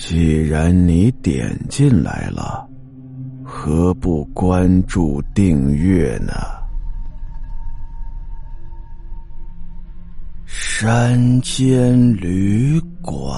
既然你点进来了，何不关注订阅呢？山间旅馆。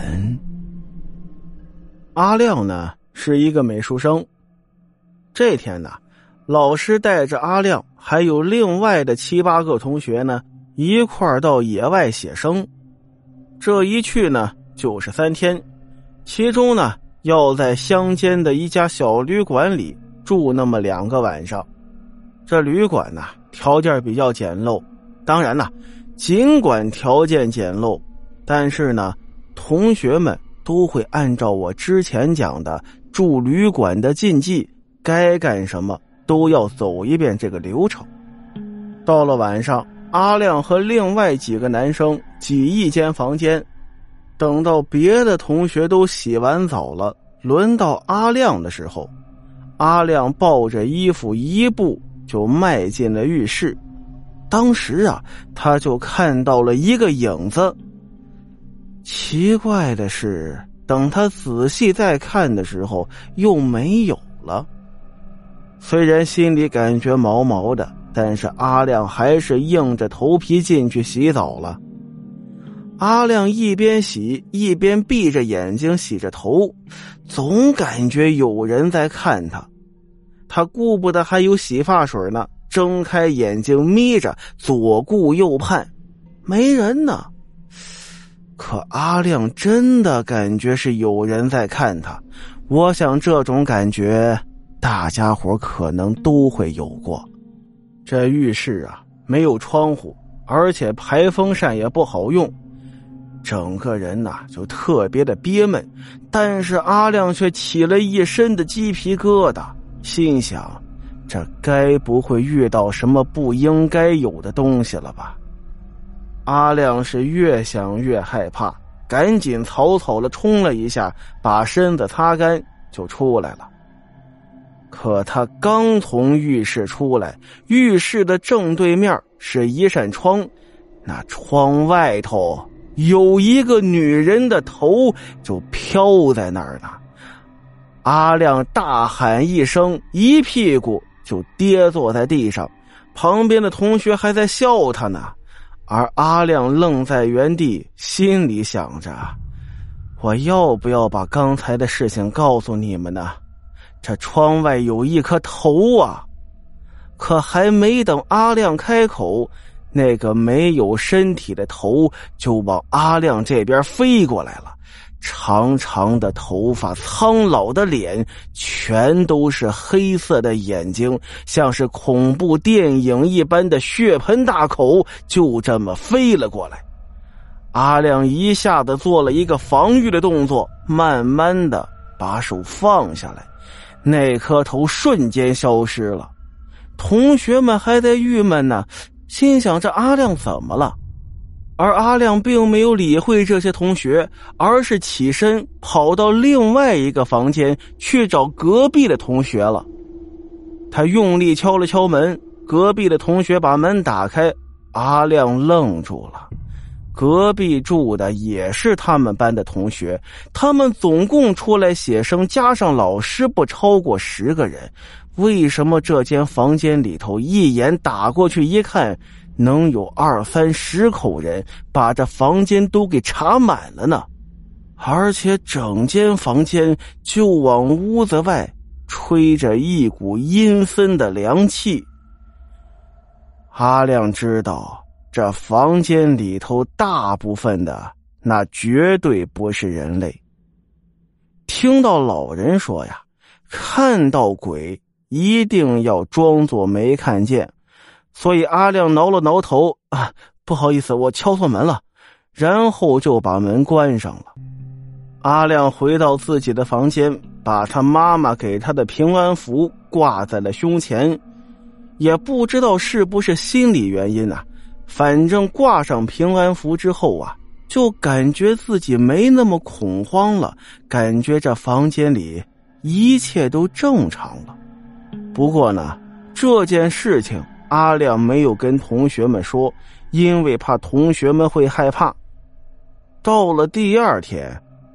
阿亮呢是一个美术生。这天呢，老师带着阿亮还有另外的7、8个同学呢一块儿到野外写生。这一去呢就是3天，其中呢要在乡间的一家小旅馆里住那么2个晚上。这旅馆呢条件比较简陋，当然呢尽管条件简陋，但是呢同学们都会按照我之前讲的住旅馆的禁忌，该干什么都要走一遍这个流程。到了晚上，阿亮和另外几个男生挤一间房间，等到别的同学都洗完澡了，轮到阿亮的时候，阿亮抱着衣服一步就迈进了浴室。当时啊，他就看到了一个影子。奇怪的是，等他仔细再看的时候又没有了。虽然心里感觉毛毛的，但是阿亮还是硬着头皮进去洗澡了。阿亮一边洗一边闭着眼睛洗着头，总感觉有人在看他。他顾不得还有洗发水呢，睁开眼睛眯着，左顾右盼，没人呢。可阿亮真的感觉是有人在看他，我想这种感觉大家伙可能都会有过。这浴室啊没有窗户，而且排风扇也不好用，整个人呐就特别的憋闷。但是阿亮却起了一身的鸡皮疙瘩，心想这该不会遇到什么不应该有的东西了吧。阿亮是越想越害怕，赶紧草草的冲了一下，把身子擦干就出来了。可他刚从浴室出来，浴室的正对面是一扇窗，那窗外头有一个女人的头就飘在那儿呢。阿亮大喊一声，一屁股就跌坐在地上，旁边的同学还在笑他呢。而阿亮愣在原地，心里想着，我要不要把刚才的事情告诉你们呢？这窗外有一颗头啊！可还没等阿亮开口，那个没有身体的头就往阿亮这边飞过来了。长长的头发，苍老的脸，全都是黑色的眼睛，像是恐怖电影一般的血盆大口，就这么飞了过来。阿亮一下子做了一个防御的动作，慢慢的把手放下来，那颗头瞬间消失了。同学们还在郁闷呢，心想这阿亮怎么了？而阿亮并没有理会这些同学，而是起身跑到另外一个房间去找隔壁的同学了。他用力敲了敲门，隔壁的同学把门打开，阿亮愣住了。隔壁住的也是他们班的同学，他们总共出来写生加上老师不超过10个人，为什么这间房间里头一眼打过去一看能有20、30口人，把这房间都给插满了呢？而且整间房间就往屋子外吹着一股阴森的凉气。阿亮知道这房间里头大部分的那绝对不是人类。听到老人说呀，看到鬼一定要装作没看见，所以阿亮挠了挠头，不好意思，我敲错门了，然后就把门关上了。阿亮回到自己的房间，把他妈妈给他的平安符挂在了胸前，也不知道是不是心理原因啊，反正挂上平安符之后啊，就感觉自己没那么恐慌了，感觉这房间里一切都正常了。不过呢，这件事情阿亮没有跟同学们说，因为怕同学们会害怕。到了第2天，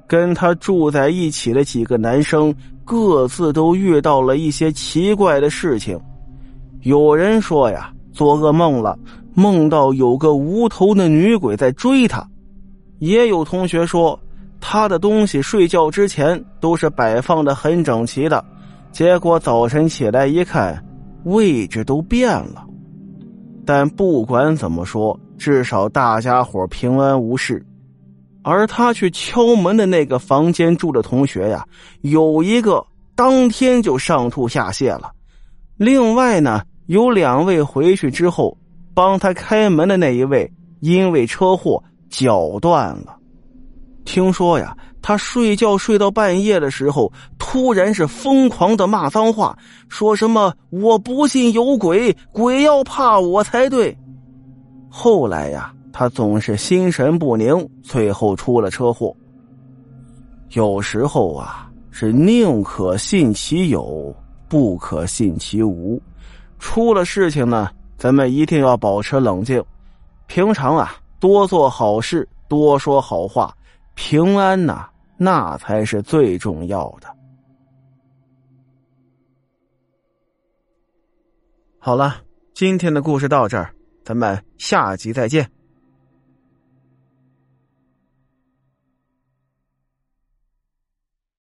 跟他住在一起的几个男生各自都遇到了一些奇怪的事情。有人说呀，做噩梦了，梦到有个无头的女鬼在追他。也有同学说，他的东西睡觉之前都是摆放的很整齐的，结果早晨起来一看，位置都变了。但不管怎么说，至少大家伙平安无事。而他去敲门的那个房间住的同学呀，有一个当天就上吐下泻了，另外呢，有2位回去之后帮他开门的那一位因为车祸脚断了。听说呀，他睡觉睡到半夜的时候，突然是疯狂的骂脏话，说什么我不信有鬼，鬼要怕我才对。后来呀，他总是心神不宁，最后出了车祸。有时候啊，是宁可信其有，不可信其无。出了事情呢，咱们一定要保持冷静。平常啊，多做好事，多说好话，平安呐，那才是最重要的。好了，今天的故事到这儿，咱们下集再见。